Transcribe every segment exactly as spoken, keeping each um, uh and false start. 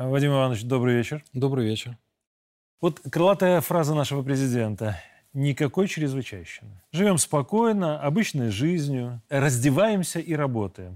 Вадим Иванович, добрый вечер. Добрый вечер. Вот крылатая фраза нашего президента. Никакой чрезвычайщины. Живем спокойно, обычной жизнью, раздеваемся и работаем.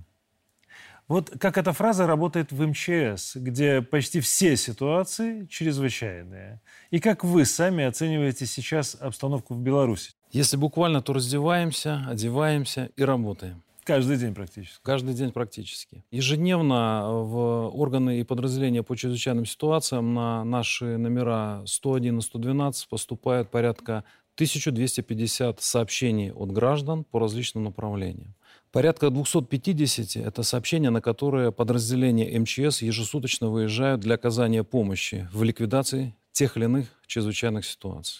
Вот как эта фраза работает в эм че эс, где почти все ситуации чрезвычайные. И как вы сами оцениваете сейчас обстановку в Беларуси? Если буквально, то раздеваемся, одеваемся и работаем. Каждый день практически. Каждый день практически. Ежедневно в органы и подразделения по чрезвычайным ситуациям на наши номера сто один и сто двенадцать поступает порядка тысяча двести пятьдесят сообщений от граждан по различным направлениям. Порядка двести пятьдесят – это сообщения, на которые подразделения эм че эс ежесуточно выезжают для оказания помощи в ликвидации тех или иных чрезвычайных ситуаций.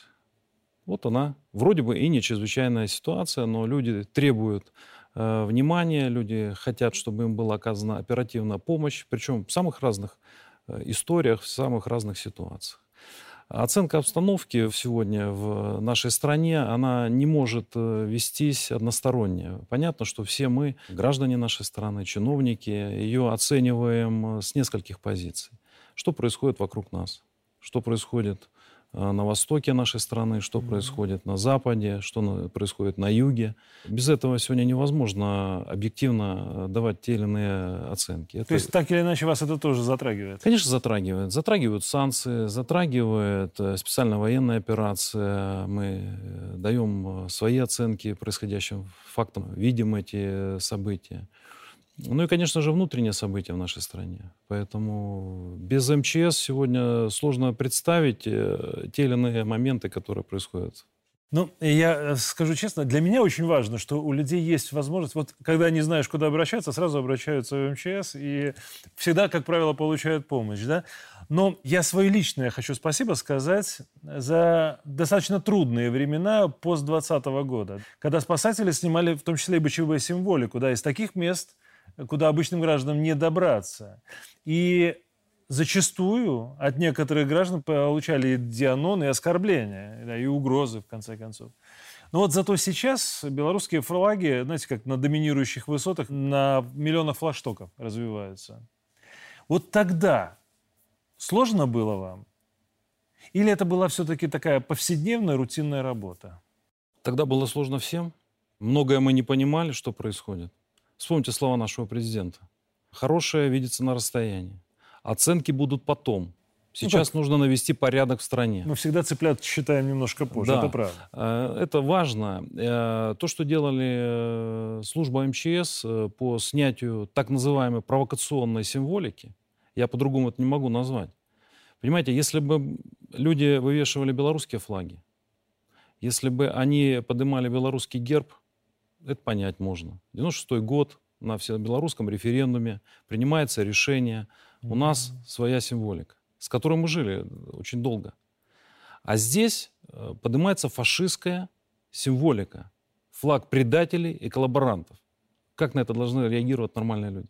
Вот она, вроде бы и не чрезвычайная ситуация, но люди требуют э, внимания, люди хотят, чтобы им была оказана оперативная помощь, причем в самых разных э, историях, в самых разных ситуациях. Оценка обстановки сегодня в нашей стране, она не может вестись односторонне. Понятно, что все мы, граждане нашей страны, чиновники, ее оцениваем с нескольких позиций. Что происходит вокруг нас? Что происходит на востоке нашей страны, что mm-hmm. происходит на западе, что на, происходит на юге. Без этого сегодня невозможно объективно давать те или иные оценки. То это... есть так или иначе вас это тоже затрагивает? Конечно, затрагивает. Затрагивают санкции, затрагивает специальная военная операция. Мы даем свои оценки происходящим фактам, видим эти события. Ну и, конечно же, внутренние события в нашей стране. Поэтому без эм че эс сегодня сложно представить те или иные моменты, которые происходят. Ну, я скажу честно, для меня очень важно, что у людей есть возможность, вот когда не знаешь, куда обращаться, сразу обращаются в эм че эс и всегда, как правило, получают помощь, да? Но я свое личное хочу спасибо сказать за достаточно трудные времена постдвадцатого года, когда спасатели снимали в том числе и бычьевую символику, да, из таких мест, куда обычным гражданам не добраться. И зачастую от некоторых граждан получали и дианон, и оскорбления, да, и угрозы, в конце концов. Но вот зато сейчас белорусские флаги, знаете, как на доминирующих высотах, на миллионах флагштоков развиваются. Вот тогда сложно было вам? Или это была все-таки такая повседневная, рутинная работа? Тогда было сложно всем. Многое мы не понимали, что происходит. Вспомните слова нашего президента. Хорошее видится на расстоянии. Оценки будут потом. Сейчас ну, нужно навести порядок в стране. Мы всегда цыплят считаем немножко позже, да, это правда. Это важно. То, что делали служба эм че эс по снятию так называемой провокационной символики, я по-другому это не могу назвать. Понимаете, если бы люди вывешивали белорусские флаги, если бы они поднимали белорусский герб, это понять можно. девяносто шестой год, на всебелорусском референдуме принимается решение. Mm-hmm. У нас своя символика, с которой мы жили очень долго. А здесь поднимается фашистская символика. Флаг предателей и коллаборантов. Как на это должны реагировать нормальные люди?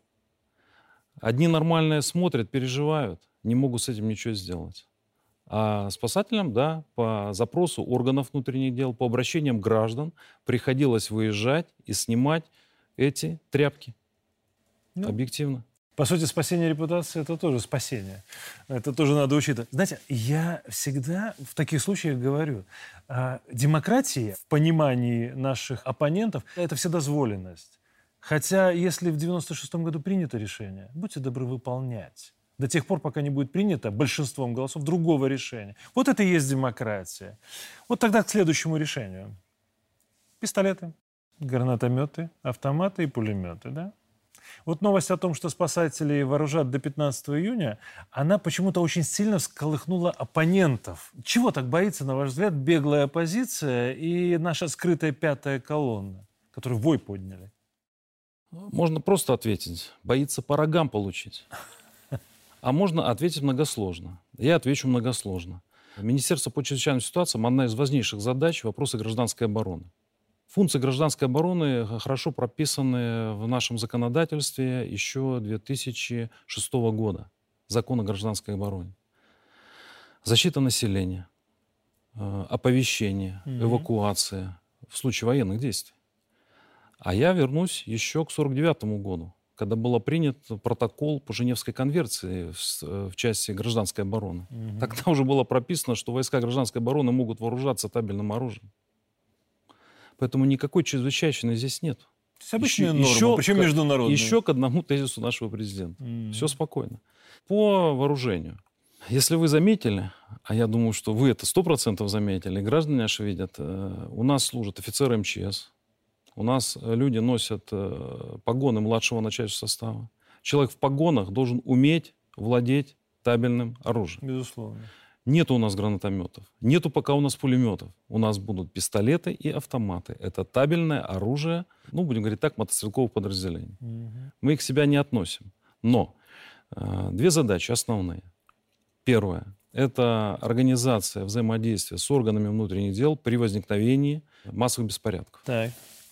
Одни нормальные смотрят, переживают, не могут с этим ничего сделать. А спасателям, да, по запросу органов внутренних дел, по обращениям граждан приходилось выезжать и снимать эти тряпки. Ну, объективно. По сути, спасение репутации – это тоже спасение. Это тоже надо учитывать. Знаете, я всегда в таких случаях говорю, демократия в понимании наших оппонентов – это вседозволенность. Хотя, если в девяносто шестом году принято решение, будьте добры выполнять. До тех пор, пока не будет принято большинством голосов другого решения. Вот это и есть демократия. Вот тогда к следующему решению. Пистолеты, гранатометы, автоматы и пулеметы, да? Вот новость о том, что спасатели вооружат до пятнадцатого июня, она почему-то очень сильно всколыхнула оппонентов. Чего так боится, на ваш взгляд, беглая оппозиция и наша скрытая пятая колонна, которую вой подняли? Можно просто ответить. Боится по рогам получить. А можно ответить многосложно. Я отвечу многосложно. Министерство по чрезвычайным ситуациям – одна из важнейших задач – вопросы гражданской обороны. Функции гражданской обороны хорошо прописаны в нашем законодательстве еще две тысячи шестого года. Закон о гражданской обороне. Защита населения, оповещение, mm-hmm. эвакуация в случае военных действий. А я вернусь еще к сорок девятому году, когда был принят протокол по Женевской конвенции в, в части гражданской обороны. Угу. Тогда уже было прописано, что войска гражданской обороны могут вооружаться табельным оружием. Поэтому никакой чрезвычайщины здесь нет. Это обычная еще, норма, еще причем к, международная. Еще к одному тезису нашего президента. Mm-hmm. Все спокойно. По вооружению. Если вы заметили, а я думаю, что вы это сто процентов заметили, граждане наши видят, у нас служат офицеры эм че эс, у нас люди носят погоны младшего начальства состава. Человек в погонах должен уметь владеть табельным оружием. Безусловно. Нету у нас гранатометов, нету пока у нас пулеметов. У нас будут пистолеты и автоматы. Это табельное оружие, ну, будем говорить так, мотострелковых подразделений. Угу. Мы их к себя не относим. Но э, две задачи основные. Первое – это организация взаимодействия с органами внутренних дел при возникновении массовых беспорядков. Так.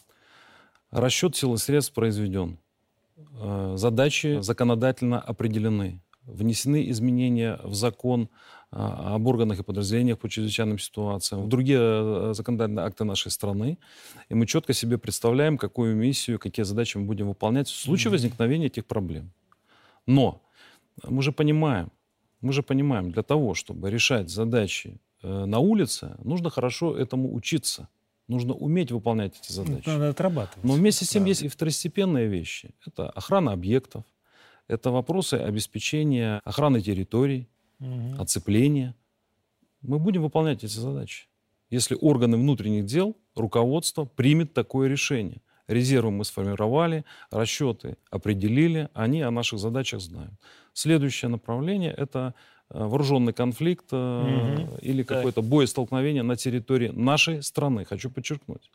Расчет сил и средств произведен. Э, задачи законодательно определены. Внесены изменения в закон об органах и подразделениях по чрезвычайным ситуациям, в другие законодательные акты нашей страны. И мы четко себе представляем, какую миссию, какие задачи мы будем выполнять в случае возникновения этих проблем. Но мы же понимаем, мы же понимаем, для того, чтобы решать задачи на улице, нужно хорошо этому учиться. Нужно уметь выполнять эти задачи. Надо отрабатывать. Но вместе с тем есть и второстепенные вещи. Это охрана объектов, это вопросы обеспечения охраны территорий, угу. оцепления. Мы будем выполнять эти задачи. Если органы внутренних дел, руководство примет такое решение. Резервы мы сформировали, расчеты определили, они о наших задачах знают. Следующее направление – это вооруженный конфликт угу. или какое-то боестолкновение на территории нашей страны. Хочу подчеркнуть.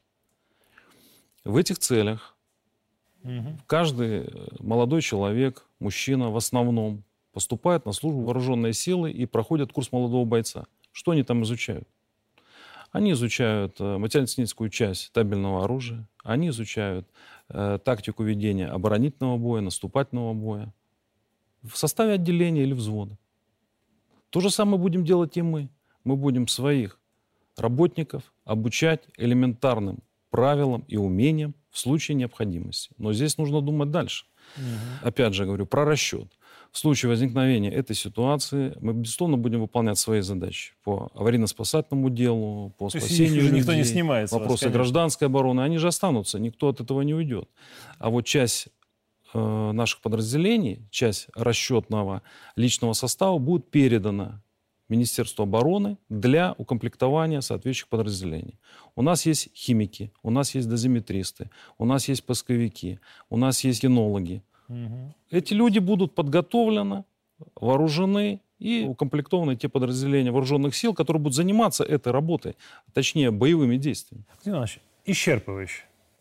В этих целях угу. каждый молодой человек, мужчина в основном, поступает на службу в вооруженные силы и проходят курс молодого бойца. Что они там изучают? Они изучают материально-техническую часть табельного оружия, они изучают э, тактику ведения оборонительного боя, наступательного боя в составе отделения или взвода. То же самое будем делать и мы. Мы будем своих работников обучать элементарным правилам и умениям в случае необходимости. Но здесь нужно думать дальше. Угу. Опять же говорю про расчет. В случае возникновения этой ситуации мы, безусловно, будем выполнять свои задачи по аварийно-спасательному делу, по То спасению людей, никто не снимается, вопросы гражданской обороны. Они же останутся, никто от этого не уйдет. А вот часть э, наших подразделений, часть расчетного личного состава будет передана Министерству обороны для укомплектования соответствующих подразделений. У нас есть химики, у нас есть дозиметристы, у нас есть поисковики, у нас есть генологи. Угу. Эти люди будут подготовлены, вооружены и укомплектованы те подразделения вооруженных сил, которые будут заниматься этой работой, точнее, боевыми действиями. Иванович, исчерпывающе.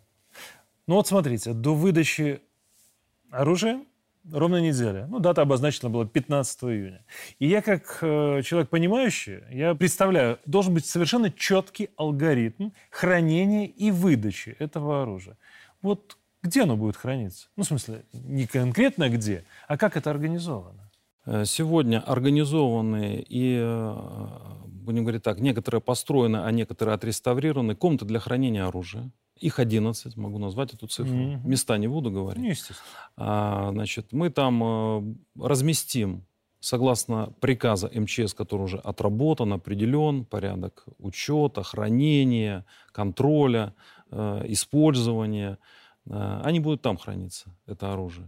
Ну вот смотрите, до выдачи оружия ровно неделя. Ну, дата обозначена была пятнадцатого июня. И я, как э, человек понимающий, я представляю, должен быть совершенно четкий алгоритм хранения и выдачи этого оружия. Вот где оно будет храниться? Ну, в смысле, не конкретно где, а как это организовано? Сегодня организованы и, будем говорить так, некоторые построены, а некоторые отреставрированы комнаты для хранения оружия. Их одиннадцать, могу назвать эту цифру. Mm-hmm. Места не буду говорить. Ну, естественно. А, значит, мы там э, разместим, согласно приказа эм че эс, который уже отработан, определен, порядок учета, хранения, контроля, э, использования. Э, они будут там храниться, это оружие.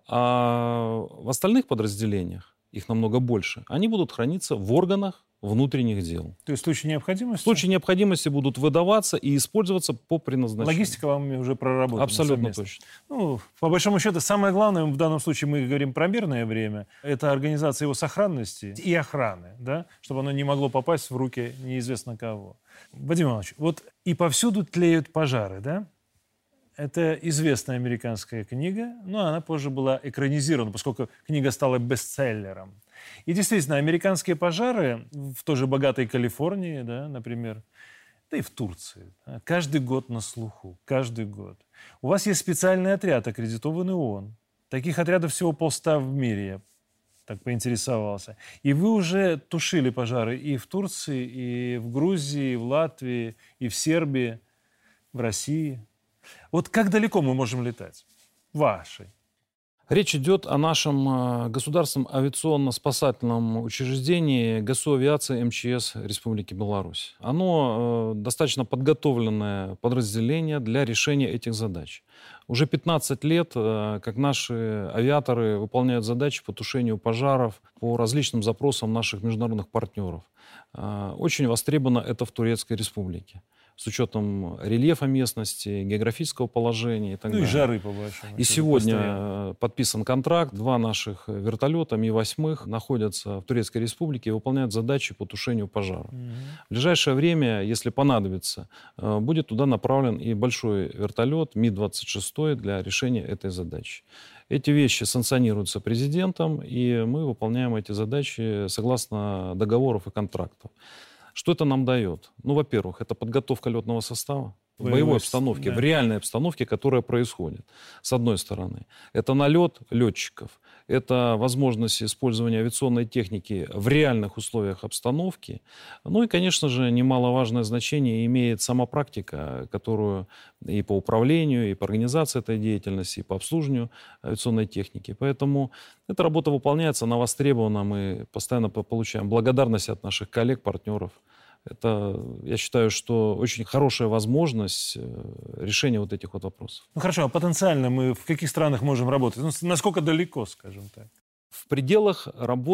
А в остальных подразделениях, их намного больше, они будут храниться в органах внутренних дел. То есть в случае необходимости? В случае необходимости будут выдаваться и использоваться по предназначению. Логистика вам уже проработана. Абсолютно совместно. Точно. Ну, по большому счету, самое главное, в данном случае мы говорим про мирное время, это организация его сохранности и охраны, да, чтобы оно не могло попасть в руки неизвестно кого. Вадим Иванович, вот и повсюду тлеют пожары, да? Это известная американская книга, но она позже была экранизирована, поскольку книга стала бестселлером. И действительно, американские пожары в той же богатой Калифорнии, да, например, да и в Турции, да, каждый год на слуху, каждый год. У вас есть специальный отряд, аккредитованный ООН. Таких отрядов всего полста в мире, я так поинтересовался. И вы уже тушили пожары и в Турции, и в Грузии, и в Латвии, и в Сербии, в России. Вот как далеко мы можем летать? Вашей Речь идет о нашем э, государственном авиационно-спасательном учреждении ГАСО-авиации МЧС Республики Беларусь. Оно э, достаточно подготовленное подразделение для решения этих задач. Уже пятнадцать лет, э, как наши авиаторы выполняют задачи по тушению пожаров по различным запросам наших международных партнеров. Э, очень востребовано это в Турецкой Республике, с учетом рельефа местности, географического положения и так Ну и далее. жары, по большому И счету, сегодня постоянно. э, подписан контракт. Два наших вертолета Ми восемь находятся в Турецкой Республике и выполняют задачи по тушению пожаров. Мгм. В ближайшее время, если понадобится, э, будет туда направлен и большой вертолет Ми двадцать шесть для решения этой задачи. Эти вещи санкционируются президентом, и мы выполняем эти задачи согласно договоров и контрактов. Что это нам дает? Ну, во-первых, это подготовка летного состава в Боевой боевой с- обстановке, да. в реальной обстановке, которая происходит. С одной стороны, это налет летчиков, это возможность использования авиационной техники в реальных условиях обстановки. Ну и, конечно же, немаловажное значение имеет сама практика, которую и по управлению, и по организации этой деятельности, и по обслуживанию авиационной техники. Поэтому эта работа выполняется, она востребована, мы постоянно по- получаем благодарность от наших коллег, партнеров. Это, я считаю, что очень хорошая возможность э, решения вот этих вот вопросов. Ну хорошо, а потенциально мы в каких странах можем работать? Ну, с- насколько далеко, скажем так? В пределах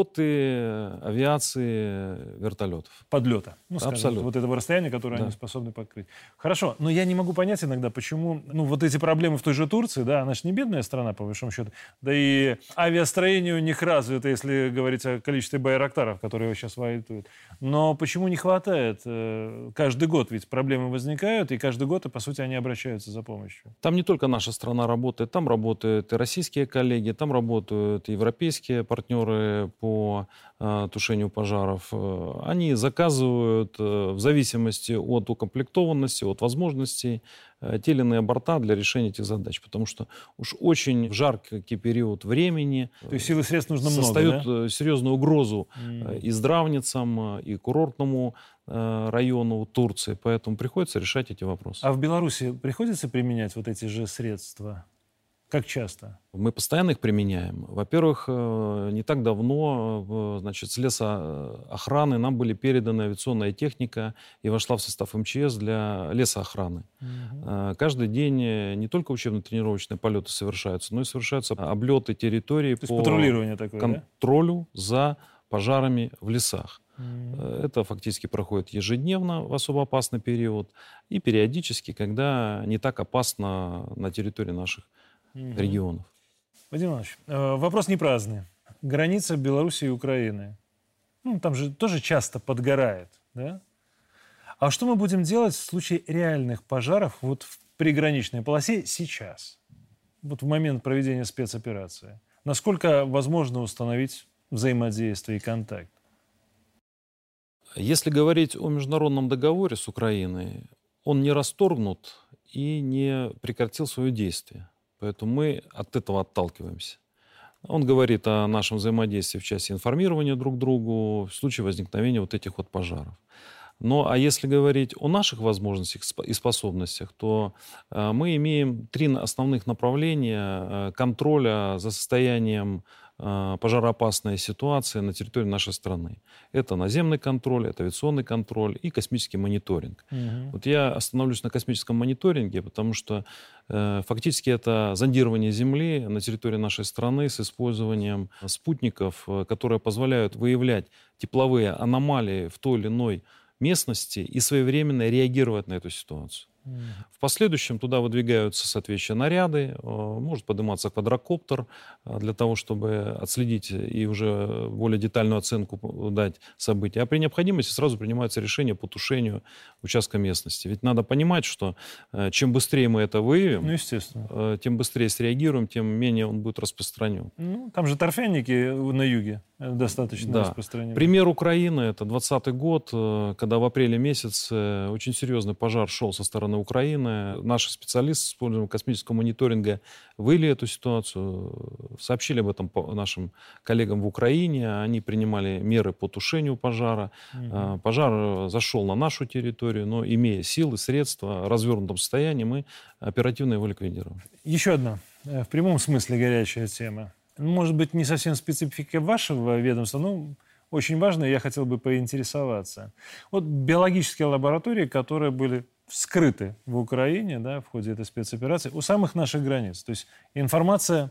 работы авиации вертолетов. Подлета. Ну, скажем, Абсолютно. вот этого расстояния, которое Да. они способны покрыть. Хорошо, но я не могу понять иногда, почему, ну, вот эти проблемы в той же Турции, да, она же не бедная страна, по большому счету, да и авиастроение у них развито, если говорить о количестве байрактаров, которые сейчас воюют. Но почему не хватает? Э, Каждый год ведь проблемы возникают, и каждый год, и, по сути, они обращаются за помощью. Там не только наша страна работает, там работают и российские коллеги, там работают и европейские партнеры по э, тушению пожаров. Э, Они заказывают э, в зависимости от укомплектованности, от возможностей э, те или иные борта для решения этих задач. Потому что уж очень в жаркий период времени То есть сил и средств нужно много, создают да? э, серьезную угрозу М. э, и здравницам, э, и курортному э, району Турции. Поэтому приходится решать эти вопросы. А в Беларуси приходится применять вот эти же средства? Как часто? Мы постоянно их применяем. Во-первых, э, не так давно э, значит, с лесоохраны нам были переданы авиационная техника и вошла в состав МЧС для лесоохраны. Мгм. Э, Каждый день э, не только учебно-тренировочные полеты совершаются, но и совершаются облеты территории То есть по патрулирование такое, да? контролю за пожарами в лесах. Мгм. Э, Это фактически проходит ежедневно в особо опасный период и периодически, когда не так опасно на территории наших Мгм. регионов. Вадим Иванович, э, вопрос не праздный. Граница Беларуси и Украины. Ну, там же тоже часто подгорает, да? А что мы будем делать в случае реальных пожаров вот в приграничной полосе сейчас? Вот в момент проведения спецоперации. Насколько возможно установить взаимодействие и контакт? Если говорить о международном договоре с Украиной, он не расторгнут и не прекратил свое действие. Поэтому мы от этого отталкиваемся. Он говорит о нашем взаимодействии в части информирования друг другу в случае возникновения вот этих вот пожаров. Ну, а если говорить о наших возможностях и способностях, то э, мы имеем три на- основных направления э, контроля за состоянием э, пожароопасной ситуации на территории нашей страны. Это наземный контроль, это авиационный контроль и космический мониторинг. Мгм. Вот я остановлюсь на космическом мониторинге, потому что э, фактически это зондирование Земли на территории нашей страны с использованием спутников, э, которые позволяют выявлять тепловые аномалии в той или иной местности и своевременно реагировать на эту ситуацию. Мгм. В последующем туда выдвигаются соответствующие наряды, э, может подниматься квадрокоптер э, для того, чтобы отследить и уже более детальную оценку дать событий. А при необходимости сразу принимается решение по тушению участка местности. Ведь надо понимать, что э, чем быстрее мы это Ну, выявим, естественно. э, тем быстрее среагируем, тем менее он будет распространен. Ну, там же торфяники на юге э, достаточно Да. распространены. Пример Украины — это двадцатый год, э, когда в апреле месяце очень серьезный пожар шел со стороны Украины. Наши специалисты с использованием космического мониторинга выявили эту ситуацию, сообщили об этом по- нашим коллегам в Украине. Они принимали меры по тушению пожара. Мгм. Э, Пожар э, зашел на нашу территорию, но имея силы, средства, в развернутом состоянии, мы оперативно его ликвидируем. Еще одна В прямом смысле горячая тема. Может быть, не совсем специфика вашего ведомства, но очень важно, и я хотел бы поинтересоваться. Вот биологические лаборатории, которые были вскрыты в Украине, да, в ходе этой спецоперации, у самых наших границ. То есть информация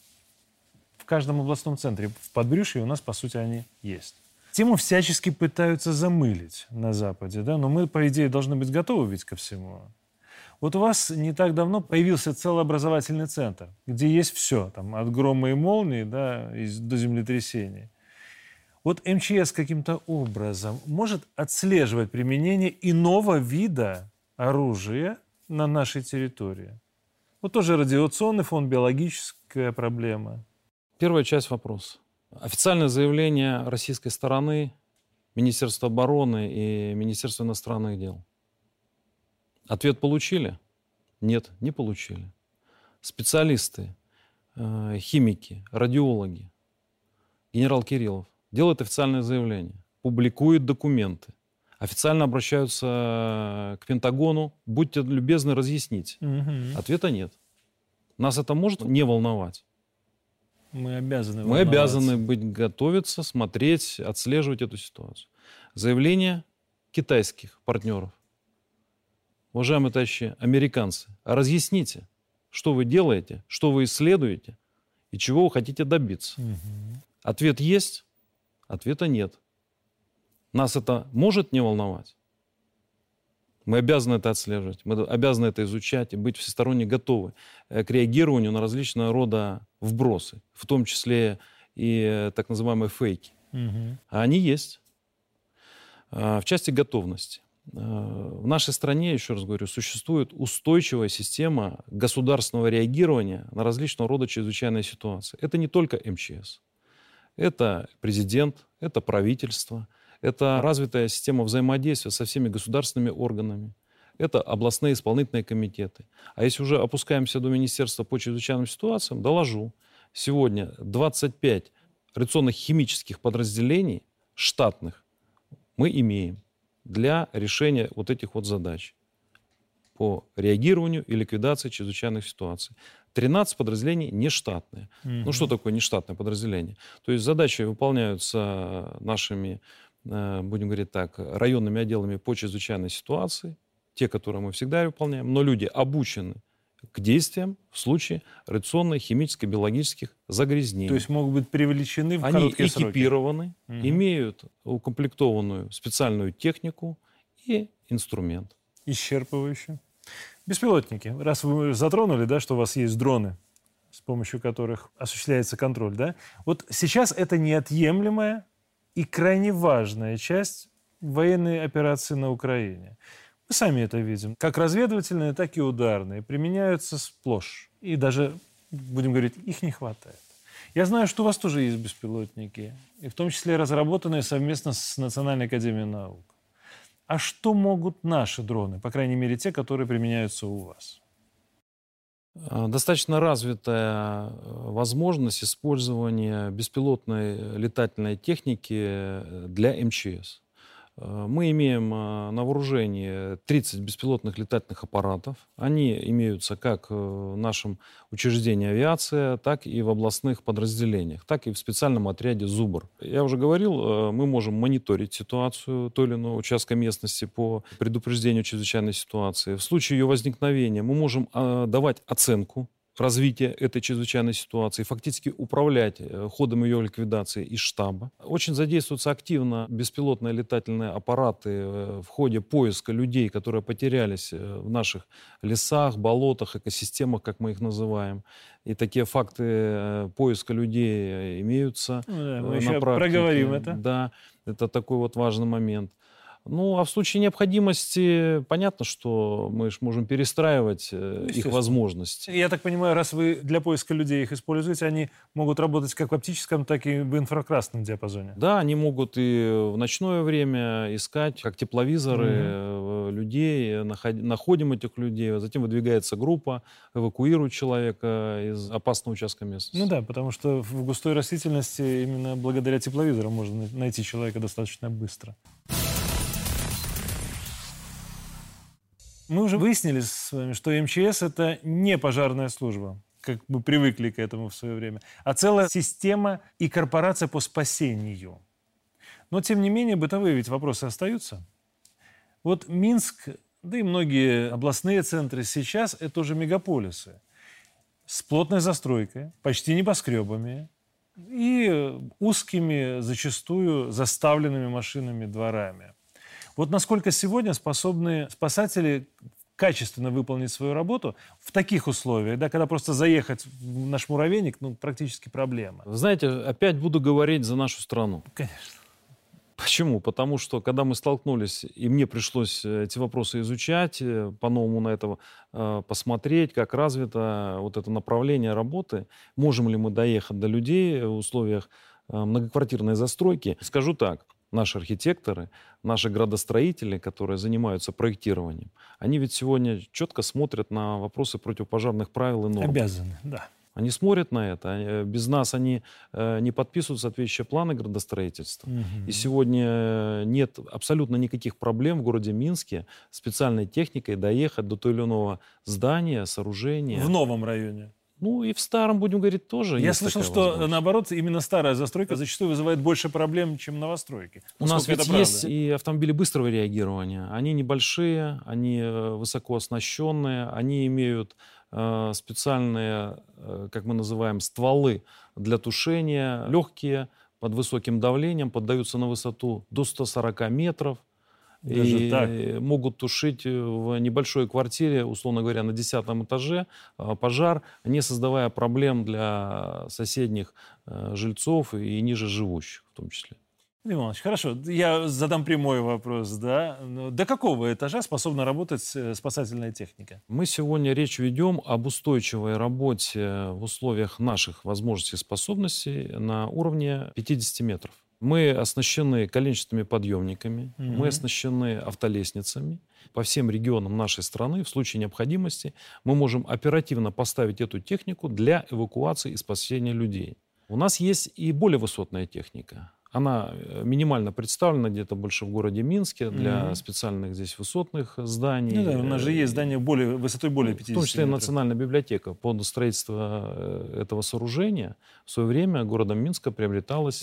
в каждом областном центре, в подбрюшье у нас, по сути, они есть. Тему всячески пытаются замылить на Западе, да, но мы, по идее, должны быть готовы ведь ко всему. Вот у вас не так давно появился целый образовательный центр, где есть все, там, от грома и молнии, да, до землетрясений. Вот эм че эс каким-то образом может отслеживать применение иного вида оружия на нашей территории? Вот тоже радиационный фон, биологическая проблема. Первая часть вопроса. Официальное заявление российской стороны, Министерства обороны и Министерства иностранных дел. Ответ получили? Нет, не получили. Специалисты, э, химики, радиологи, генерал Кириллов делает официальное заявление, публикует документы, официально обращаются к Пентагону, будьте любезны разъяснить. Угу. Ответа нет. Нас это может не волновать? Мы обязаны Мы обязаны быть готовиться, смотреть, отслеживать эту ситуацию. Заявление китайских партнеров. Уважаемые товарищи американцы, разъясните, что вы делаете, что вы исследуете и чего вы хотите добиться. Угу. Ответ есть, ответа нет. Нас это может не волновать? Мы обязаны это отслеживать, мы обязаны это изучать и быть всесторонне готовы к реагированию на различного рода вбросы, в том числе и так называемые фейки. Угу. А они есть. В части готовности. В нашей стране, еще раз говорю, существует устойчивая система государственного реагирования на различного рода чрезвычайные ситуации. Это не только эм че эс. Это президент, это правительство, это развитая система взаимодействия со всеми государственными органами, это областные исполнительные комитеты. А если уже опускаемся до Министерства по чрезвычайным ситуациям, доложу. Сегодня двадцать пять радиационных химических подразделений штатных мы имеем для решения вот этих вот задач по реагированию и ликвидации чрезвычайных ситуаций. тринадцать подразделений нештатные. Mm-hmm. Ну что такое нештатное подразделение? То есть задачи выполняются нашими, будем говорить так, районными отделами по чрезвычайной ситуации, те, которые мы всегда выполняем, но люди обучены к действиям в случае радиационных, химических, биологических загрязнений. То есть могут быть привлечены в Они короткие сроки. Они экипированы, угу. имеют укомплектованную специальную технику и инструмент. Исчерпывающе. Беспилотники. Раз вы затронули, да, что у вас есть дроны, с помощью которых осуществляется контроль, да? Вот сейчас это неотъемлемая и крайне важная часть военной операции на Украине. Мы сами это видим. Как разведывательные, так и ударные. Применяются сплошь. И даже, будем говорить, их не хватает. Я знаю, что у вас тоже есть беспилотники. И в том числе разработанные совместно с Национальной академией наук. А что могут наши дроны? По крайней мере, те, которые применяются у вас. Достаточно развитая возможность использования беспилотной летательной техники для эм че эс. Мы имеем на вооружении тридцать беспилотных летательных аппаратов. Они имеются как в нашем учреждении авиации, так и в областных подразделениях, так и в специальном отряде «Зубр». Я уже говорил, мы можем мониторить ситуацию той или иной участка местности по предупреждению чрезвычайной ситуации. В случае ее возникновения мы можем давать оценку развития этой чрезвычайной ситуации, фактически управлять ходом ее ликвидации из штаба. Очень задействуются активно беспилотные летательные аппараты в ходе поиска людей, которые потерялись в наших лесах, болотах, экосистемах, как мы их называем. И такие факты поиска людей имеются. Да, мы на еще практике. Проговорим это. Да, это такой вот важный момент. Ну, а в случае необходимости, понятно, что мы же можем перестраивать их возможности. Я так понимаю, раз вы для поиска людей их используете, они могут работать как в оптическом, так и в инфракрасном диапазоне. Да, они могут и в ночное время искать, как тепловизоры, mm-hmm. людей, находим этих людей, затем выдвигается группа, эвакуирует человека из опасного участка местности. Ну да, потому что в густой растительности именно благодаря тепловизорам можно найти человека достаточно быстро. Мы уже выяснили с вами, что эм че эс – это не пожарная служба. как мы привыкли к этому в свое время, а целая система и корпорация по спасению. Но, тем не менее, бытовые ведь вопросы остаются. Вот Минск, да и многие областные центры сейчас – это уже мегаполисы с плотной застройкой, почти небоскребами и узкими, зачастую заставленными машинами дворами. Вот насколько сегодня способны спасатели качественно выполнить свою работу в таких условиях, да, когда просто заехать в наш муравейник, ну, практически проблема. Вы знаете, опять буду говорить за нашу страну. Конечно. Почему? Потому что, когда мы столкнулись, и мне пришлось эти вопросы изучать, э, по-новому на это э, посмотреть, как развито вот это направление работы, можем ли мы доехать до людей в условиях э, многоквартирной застройки. Скажу так, наши архитекторы, наши градостроители, которые занимаются проектированием, они ведь сегодня четко смотрят на вопросы противопожарных правил и норм. Обязаны, да. Они смотрят на это. Они- Без нас они э, не подписывают соответствующие планы градостроительства. Мгм. И сегодня э, нет абсолютно никаких проблем в городе Минске специальной техникой доехать до того или иного здания, сооружения. В новом районе. Ну и в старом, будем говорить, тоже Я есть слышал, такая что, возможность. наоборот, именно старая застройка зачастую вызывает больше проблем, чем новостройки. У нас Насколько ведь это есть правда? и автомобили быстрого реагирования. Они небольшие, они э, высоко оснащенные, они имеют э, специальные, э, как мы называем, стволы для тушения, легкие, под высоким давлением, поддаются на высоту до ста сорока метров. Даже И так? могут тушить в небольшой квартире, условно говоря, на десятом этаже э, пожар, не создавая проблем для соседних э, жильцов и ниже живущих в том числе. Владимир Иванович, хорошо, я задам прямой вопрос, да. Но до какого этажа способна работать э, спасательная техника? Мы сегодня речь ведем об устойчивой работе в условиях наших возможностей и способностей на уровне пятидесяти метров. Мы оснащены коленчатыми подъемниками, Мгм. мы оснащены автолестницами. По всем регионам нашей страны в случае необходимости мы можем оперативно поставить эту технику для эвакуации и спасения людей. У нас есть и более высотная техника. Она э, минимально представлена где-то больше в городе Минске для Мгм. специальных здесь высотных зданий. Ну да, у нас же Э, есть здание более, высотой более ну, в пятидесяти том числе и метров. Национальная библиотека. Под строительство э, этого сооружения в свое время городом Минска приобреталась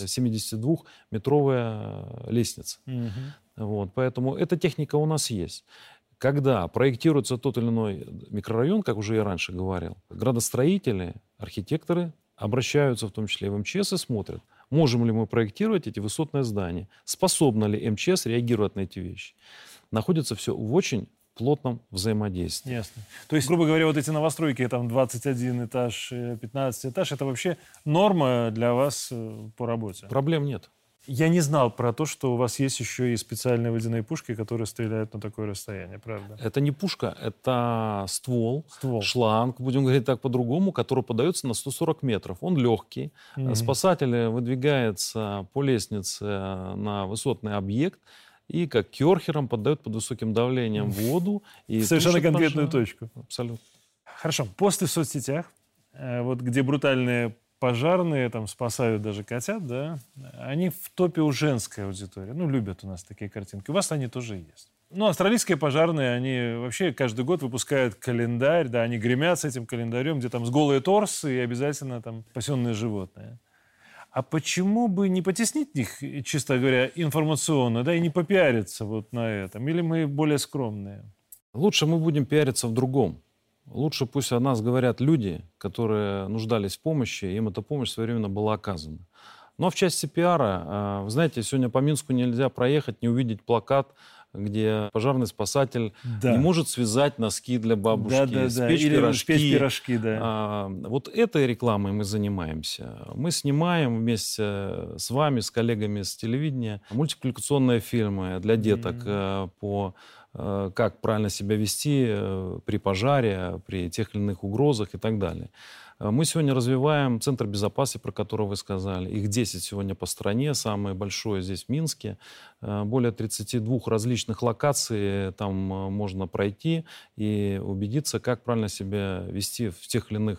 семидесятидвухметровая лестница. Мгм. Вот, поэтому эта техника у нас есть. Когда проектируется тот или иной микрорайон, как уже я раньше говорил, градостроители, архитекторы обращаются в том числе и в МЧС и смотрят, можем ли мы проектировать эти высотные здания, способна ли МЧС реагировать на эти вещи. Находится все в очень плотном взаимодействии. Ясно. То есть, грубо говоря, вот эти новостройки, там двадцать один этаж, э, пятнадцать этаж, это вообще норма для вас э, по работе? Проблем нет. Я не знал про то, что у вас есть еще и специальные водяные пушки, которые стреляют на такое расстояние, правда? Это не пушка, это ствол, Ствол. шланг, будем говорить так по-другому, который подается на сто сорок метров. Он легкий. Мгм. Спасатель выдвигается по лестнице на высотный объект и как керхером поддает под высоким давлением воду. И В совершенно тушит конкретную пожар. точку. Абсолютно. Хорошо. Посты в соцсетях, э, вот где брутальные пожарные там спасают даже котят, да, они в топе у женской аудитории. Ну, любят у нас такие картинки. У вас они тоже есть. Ну, австралийские пожарные, они вообще каждый год выпускают календарь, да, они гремят с этим календарем, где там с голые торсы и обязательно там спасенные животные. А почему бы не потеснить их, чисто говоря, информационно, да, и не попиариться вот на этом? Или мы более скромные? Лучше мы будем пиариться в другом. Лучше пусть о нас говорят люди, которые нуждались в помощи, им эта помощь своевременно была оказана. Но в части пиара, э, вы знаете, сегодня по Минску нельзя проехать, не увидеть плакат, где пожарный спасатель Да. не может связать носки для бабушки, Да, да, да. спечь Или пирожки. спечь пирожки, да. А, вот этой рекламой мы занимаемся. Мы снимаем вместе с вами, с коллегами с телевидения, мультипликационные фильмы для деток Мгм. э, по э, как правильно себя вести э, при пожаре, при тех или иных угрозах и так далее. Э, Мы сегодня развиваем Центр безопасности, про который вы сказали. Их десять сегодня по стране, самое большое здесь в Минске. Э, Более тридцати двух различных локаций там э, можно пройти и убедиться, как правильно себя вести в тех или иных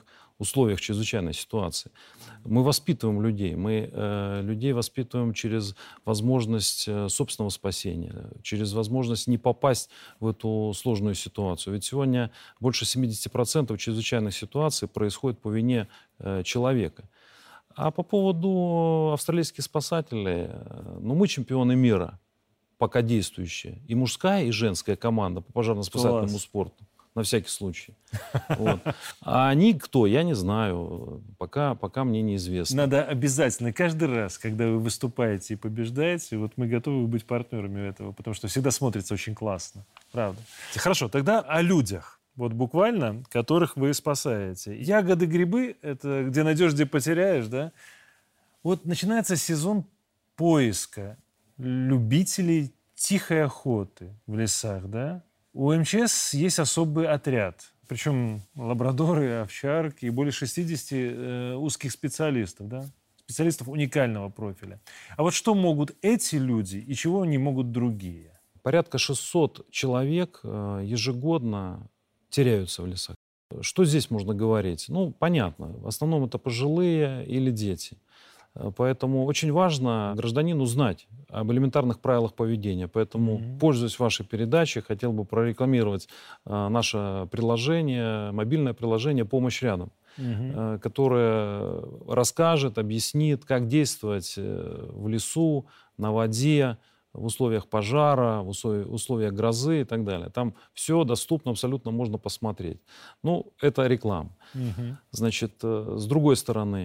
условиях чрезвычайной ситуации. Мы воспитываем людей. Мы э, людей воспитываем через возможность э, собственного спасения, через возможность не попасть в эту сложную ситуацию. Ведь сегодня больше семьдесят процентов чрезвычайных ситуаций происходит по вине э, человека. А по поводу австралийских спасателей, э, ну, мы чемпионы мира, пока действующие. И мужская, и женская команда по пожарно-спасательному Класс. спорту. На всякий случай. Вот. А они кто, я не знаю. Пока, пока мне неизвестно. Надо обязательно каждый раз, когда вы выступаете и побеждаете, вот мы готовы быть партнерами этого, потому что всегда смотрится очень классно. Правда. Хорошо, тогда о людях. Вот буквально, которых вы спасаете. Ягоды, грибы, это где найдешь, где потеряешь, да? Вот начинается сезон поиска любителей тихой охоты в лесах, да? У эм че эс есть особый отряд, причем лабрадоры, овчарки и более шестидесяти э, узких специалистов, да? Специалистов уникального профиля. А вот что могут эти люди и чего не могут другие? Порядка шестисот человек э, ежегодно теряются в лесах. Что здесь можно говорить? Ну, понятно, в основном это пожилые или дети. Поэтому очень важно гражданину знать об элементарных правилах поведения. Поэтому, mm-hmm. пользуясь вашей передачей, хотел бы прорекламировать а, наше приложение, мобильное приложение «Помощь рядом», mm-hmm. а, которое расскажет, объяснит, как действовать в лесу, на воде, в условиях пожара, в условиях, условиях грозы и так далее. Там все доступно, абсолютно можно посмотреть. Ну, это реклама. Mm-hmm. Значит, с другой стороны,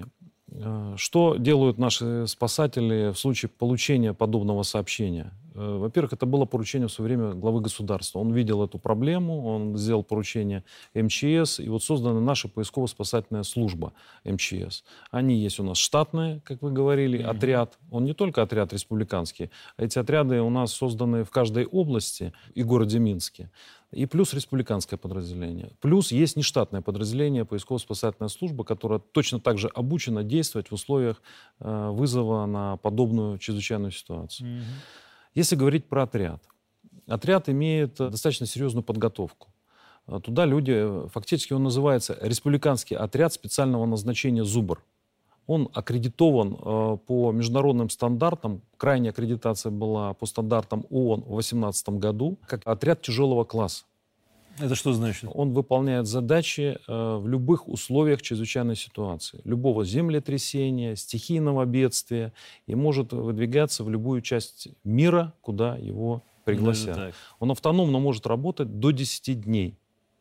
что делают наши спасатели в случае получения подобного сообщения? Во-первых, это было поручение в свое время главы государства. Он видел эту проблему, он сделал поручение эм че эс, и вот создана наша поисково-спасательная служба эм че эс. Они есть у нас штатные, как вы говорили, mm-hmm. отряд. Он не только отряд республиканский, а эти отряды у нас созданы в каждой области и городе Минске. И плюс республиканское подразделение. Плюс есть нештатное подразделение, поисково-спасательная служба, которая точно так же обучена действовать в условиях э, вызова на подобную чрезвычайную ситуацию. Mm-hmm. Если говорить про отряд. Отряд имеет достаточно серьезную подготовку. Туда люди, фактически он называется Республиканский отряд специального назначения «Зубр». Он аккредитован э, по международным стандартам. Крайняя аккредитация была по стандартам ООН в две тысячи восемнадцатом году, как отряд тяжелого класса. Это что значит? Он выполняет задачи э, в любых условиях чрезвычайной ситуации. Любого землетрясения, стихийного бедствия. И может выдвигаться в любую часть мира, куда его пригласят. Он автономно может работать до десяти дней.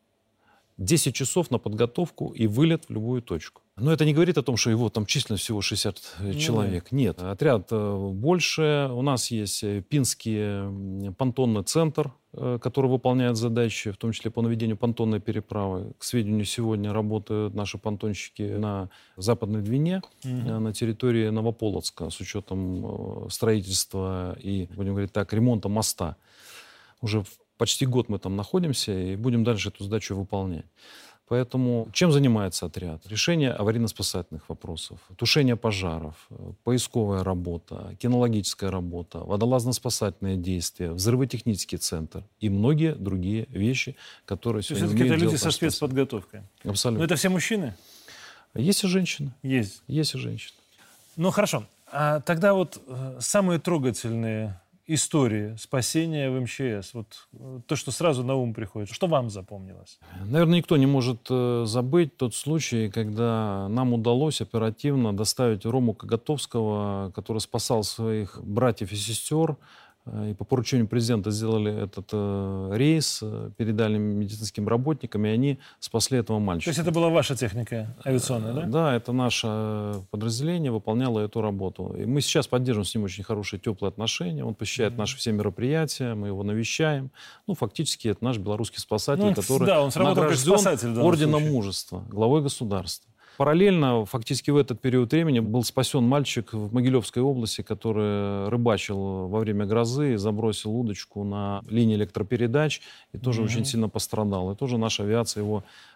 десять часов на подготовку и вылет в любую точку. Но это не говорит о том, что его там численность всего шестьдесят человек. Нет, отряд больше. У нас есть Пинский понтонный центр, который выполняет задачи, в том числе по наведению понтонной переправы. К сведению, сегодня работают наши понтонщики на Западной Двине, mm-hmm. на территории Новополоцка, с учетом строительства и, будем говорить так, ремонта моста. Уже почти год мы там находимся и будем дальше эту задачу выполнять. Поэтому чем занимается отряд? Решение аварийно-спасательных вопросов, тушение пожаров, поисковая работа, кинологическая работа, водолазно-спасательные действия, взрывотехнический центр и многие другие вещи, которые То сегодня есть это люди со спецподготовкой? Абсолютно. Но это все мужчины? Есть и женщины. Есть? Есть и женщины. Ну, хорошо. А тогда вот э, самые трогательные истории спасения в эм че эс? Вот то, что сразу на ум приходит. Что вам запомнилось? Наверное, никто не может э, забыть тот случай, когда нам удалось оперативно доставить Рому Коготовского, который спасал своих братьев и сестер. И по поручению президента сделали этот э, рейс, передали медицинским работникам, и они спасли этого мальчика. То есть это была ваша техника авиационная, да? Да, это наше подразделение выполняло эту работу. И мы сейчас поддерживаем с ним очень хорошие, теплые отношения. Он посещает mm-hmm. наши все мероприятия, мы его навещаем. Ну, фактически, это наш белорусский спасатель, ну, который да, он награжден орденом мужества, главой государства. Параллельно, фактически в этот период времени, был спасен мальчик в Могилевской области, который рыбачил во время грозы и забросил удочку на линии электропередач и тоже mm-hmm. очень сильно пострадал. И тоже наша авиация его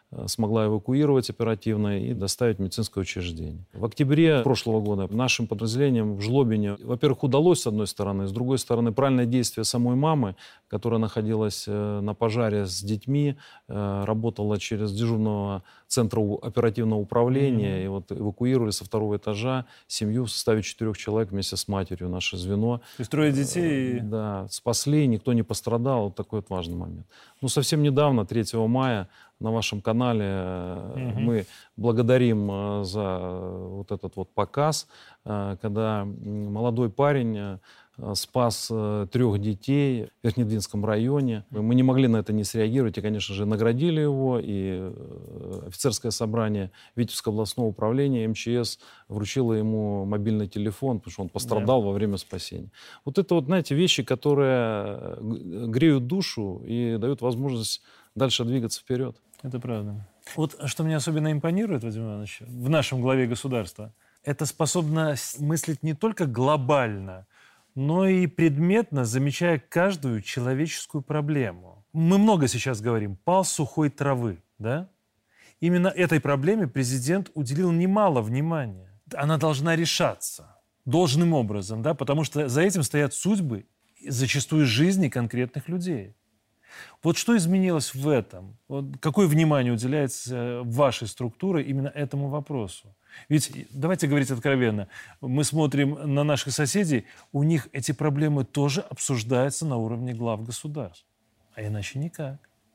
смогла эвакуировать оперативно и доставить в медицинское учреждение. В октябре прошлого года нашим подразделениям в Жлобине, во-первых, удалось с одной стороны, с другой стороны, правильное действие самой мамы, которая находилась на пожаре с детьми, работала через дежурного центра оперативного управления, mm-hmm. и вот эвакуировали со второго этажа семью в составе четырех человек вместе с матерью, наше звено. То есть трое детей? Да, спасли, никто не пострадал, вот такой вот важный момент. Ну, совсем недавно, третьего мая, на вашем канале mm-hmm. мы благодарим за вот этот вот показ, когда молодой парень спас трех детей в Верхнедвинском районе. Мы не могли на это не среагировать и, конечно же, наградили его. И офицерское собрание Витебского областного управления эм че эс вручило ему мобильный телефон, потому что он пострадал yeah. во время спасения. Вот это вот, знаете, вещи, которые греют душу и дают возможность дальше двигаться вперед. Это правда. Вот что мне особенно импонирует, Вадим Иванович, в нашем главе государства, это способность мыслить не только глобально, но и предметно, замечая каждую человеческую проблему. Мы много сейчас говорим «пал сухой травы», да? Именно этой проблеме президент уделил немало внимания. Она должна решаться должным образом, да? Потому что за этим стоят судьбы, зачастую жизни конкретных людей. Вот что изменилось в этом? Вот какое внимание уделяется вашей структурой именно этому вопросу? Ведь, давайте говорить откровенно, мы смотрим на наших соседей, у них эти проблемы тоже обсуждаются на уровне глав государств. А иначе никак.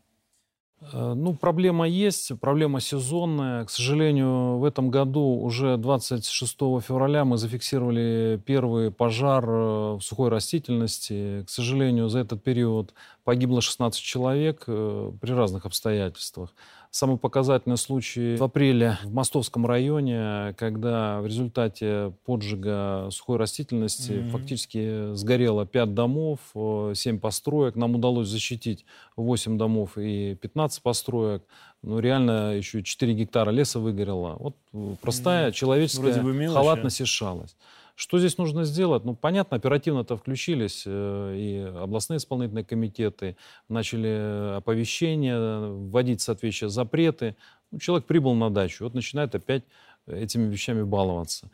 Ну, проблема есть, проблема сезонная. К сожалению, в этом году уже двадцать шестого февраля мы зафиксировали первый пожар в сухой растительности. К сожалению, за этот период погибло шестнадцать человек при разных обстоятельствах. Самый показательный случай в апреле в Мостовском районе, когда в результате поджига сухой растительности mm-hmm. фактически сгорело пять домов, семь построек. Нам удалось защитить восемь домов и пятнадцать построек. Но реально еще четыре гектара леса выгорело. Вот простая mm-hmm. человеческая халатность и шалость. Что здесь нужно сделать? Ну, понятно, оперативно-то включились э, и областные исполнительные комитеты, начали оповещения, вводить соответствующие запреты. Ну, человек прибыл на дачу, вот начинает опять этими вещами баловаться.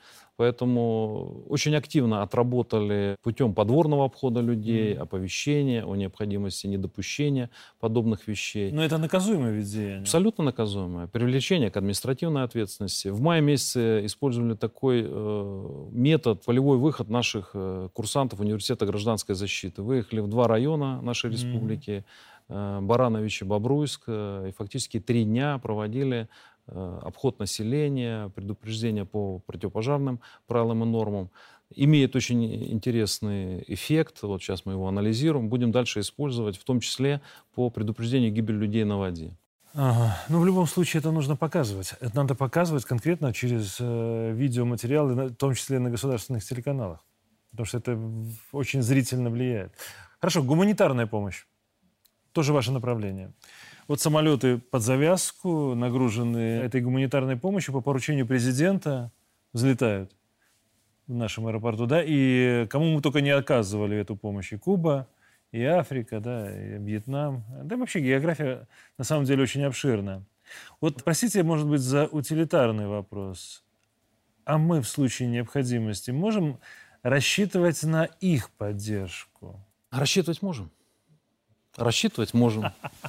Поэтому очень активно отработали путем подворного обхода людей, mm-hmm. оповещения о необходимости недопущения подобных вещей. Но это наказуемое ведь деяние. Абсолютно наказуемое. Привлечение к административной ответственности. В мае месяце использовали такой э, метод, полевой выход наших э, курсантов Университета гражданской защиты. Выехали в два района нашей mm-hmm. республики, э, Баранович и Бобруйск, э, и фактически три дня проводили обход населения, предупреждение по противопожарным правилам и нормам. Имеет очень интересный эффект. Вот сейчас мы его анализируем. Будем дальше использовать, в том числе по предупреждению гибели людей на воде. Ага. Ну, в любом случае, это нужно показывать. Это надо показывать конкретно через э, видеоматериалы, в том числе на государственных телеканалах. Потому что это очень зрительно влияет. Хорошо, гуманитарная помощь. Тоже ваше направление. Вот самолеты под завязку, нагруженные этой гуманитарной помощью по поручению президента, взлетают в нашем аэропорту, да, и кому мы только не оказывали эту помощь. И Куба, и Африка, да, и Вьетнам. Да, вообще география на самом деле очень обширна. Вот, простите, может быть, за утилитарный вопрос. А мы в случае необходимости можем рассчитывать на их поддержку? Рассчитывать можем. Рассчитывать можем.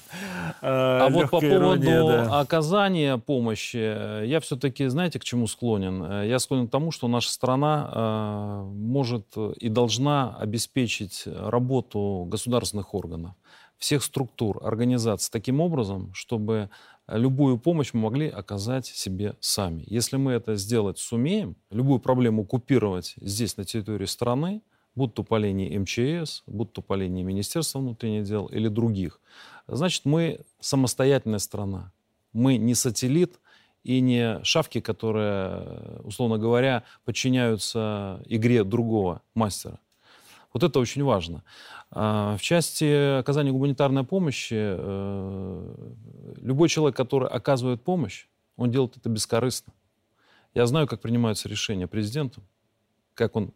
А вот по поводу оказания помощи, я все-таки, знаете, к чему склонен? Я склонен к тому, что наша страна может и должна обеспечить работу государственных органов, всех структур, организаций таким образом, чтобы любую помощь мы могли оказать себе сами. Если мы это сделать сумеем, любую проблему купировать здесь, на территории страны, будь то по линии эм че эс, будь то по линии Министерства внутренних дел или других, значит, мы самостоятельная страна. Мы не сателлит и не шавки, которые, условно говоря, подчиняются игре другого мастера. Вот это очень важно. В части оказания гуманитарной помощи любой человек, который оказывает помощь, он делает это бескорыстно. Я знаю, как принимаются решения президентом, как он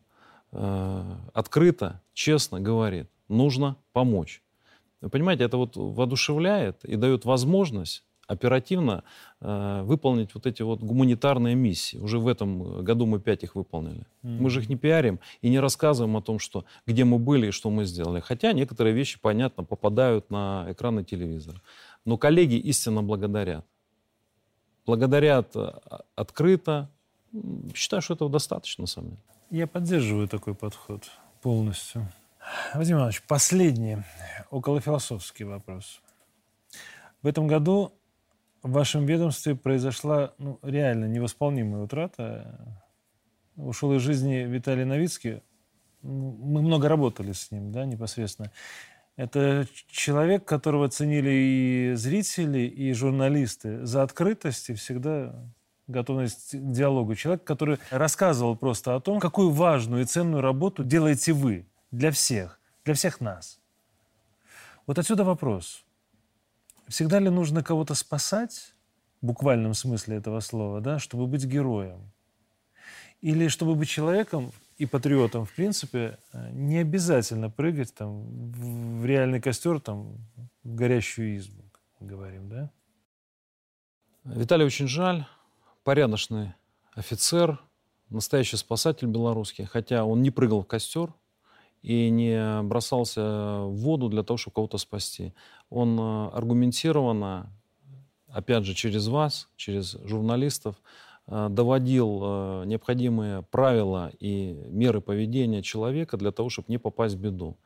открыто, честно говорит, нужно помочь. Вы понимаете, это вот воодушевляет и дает возможность оперативно э, выполнить вот эти вот гуманитарные миссии. Уже в этом году мы пять их выполнили. Mm-hmm. Мы же их не пиарим и не рассказываем о том, что, где мы были и что мы сделали. Хотя некоторые вещи, понятно, попадают на экраны телевизора. Но коллеги истинно благодарят. Благодарят открыто. Считаю, что этого достаточно, на самом деле. Я поддерживаю такой подход полностью. Вадим Иванович, последний околофилософский вопрос. В этом году в вашем ведомстве произошла ну, реально невосполнимая утрата. Ушел из жизни Виталий Новицкий. Мы много работали с ним, да, непосредственно. Это человек, которого ценили и зрители, и журналисты за открытость и всегда готовность к диалогу. Человек, который рассказывал просто о том, какую важную и ценную работу делаете вы для всех, для всех нас. Вот отсюда вопрос. Всегда ли нужно кого-то спасать, в буквальном смысле этого слова, да, чтобы быть героем? Или чтобы быть человеком и патриотом, в принципе, не обязательно прыгать там, в реальный костер, там, в горящую избу, как мы говорим, да? Виталий очень жаль. Порядочный офицер, настоящий спасатель белорусский. Хотя он не прыгал в костер и не бросался в воду для того, чтобы кого-то спасти. Он аргументированно, опять же, через вас, через журналистов, доводил необходимые правила и меры поведения человека для того, чтобы не попасть в беду.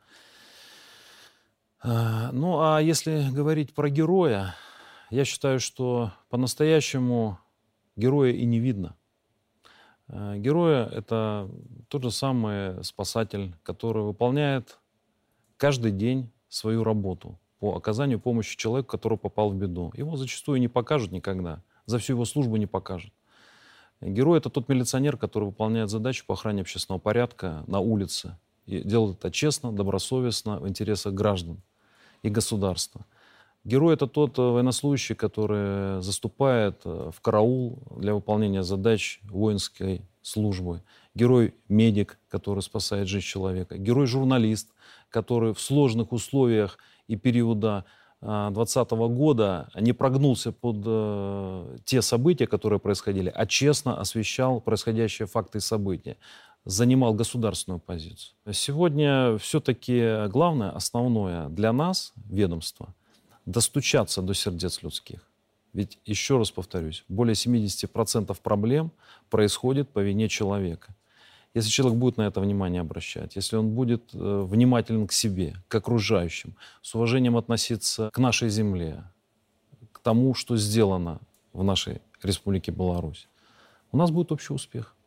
Ну, а если говорить про героя, я считаю, что по-настоящему героя и не видно. Героя — это тот же самый спасатель, который выполняет каждый день свою работу по оказанию помощи человеку, который попал в беду. Его зачастую не покажут никогда, за всю его службу не покажут. Герой — это тот милиционер, который выполняет задачу по охране общественного порядка на улице. И делает это честно, добросовестно, в интересах граждан и государства. Герой — это тот военнослужащий, который заступает в караул для выполнения задач воинской службы. Герой-медик, который спасает жизнь человека. Герой-журналист, который в сложных условиях и периода двадцатого года не прогнулся под э, те события, которые происходили, а честно освещал происходящие факты и события, занимал государственную позицию. Сегодня все-таки главное, основное для нас, ведомства, достучаться до сердец людских. Ведь, еще раз повторюсь, более семьдесят процентов проблем происходит по вине человека. Если человек будет на это внимание обращать, если он будет э, внимателен к себе, к окружающим, с уважением относиться к нашей земле, к тому, что сделано в нашей Республике Беларусь, у нас будет общий успех.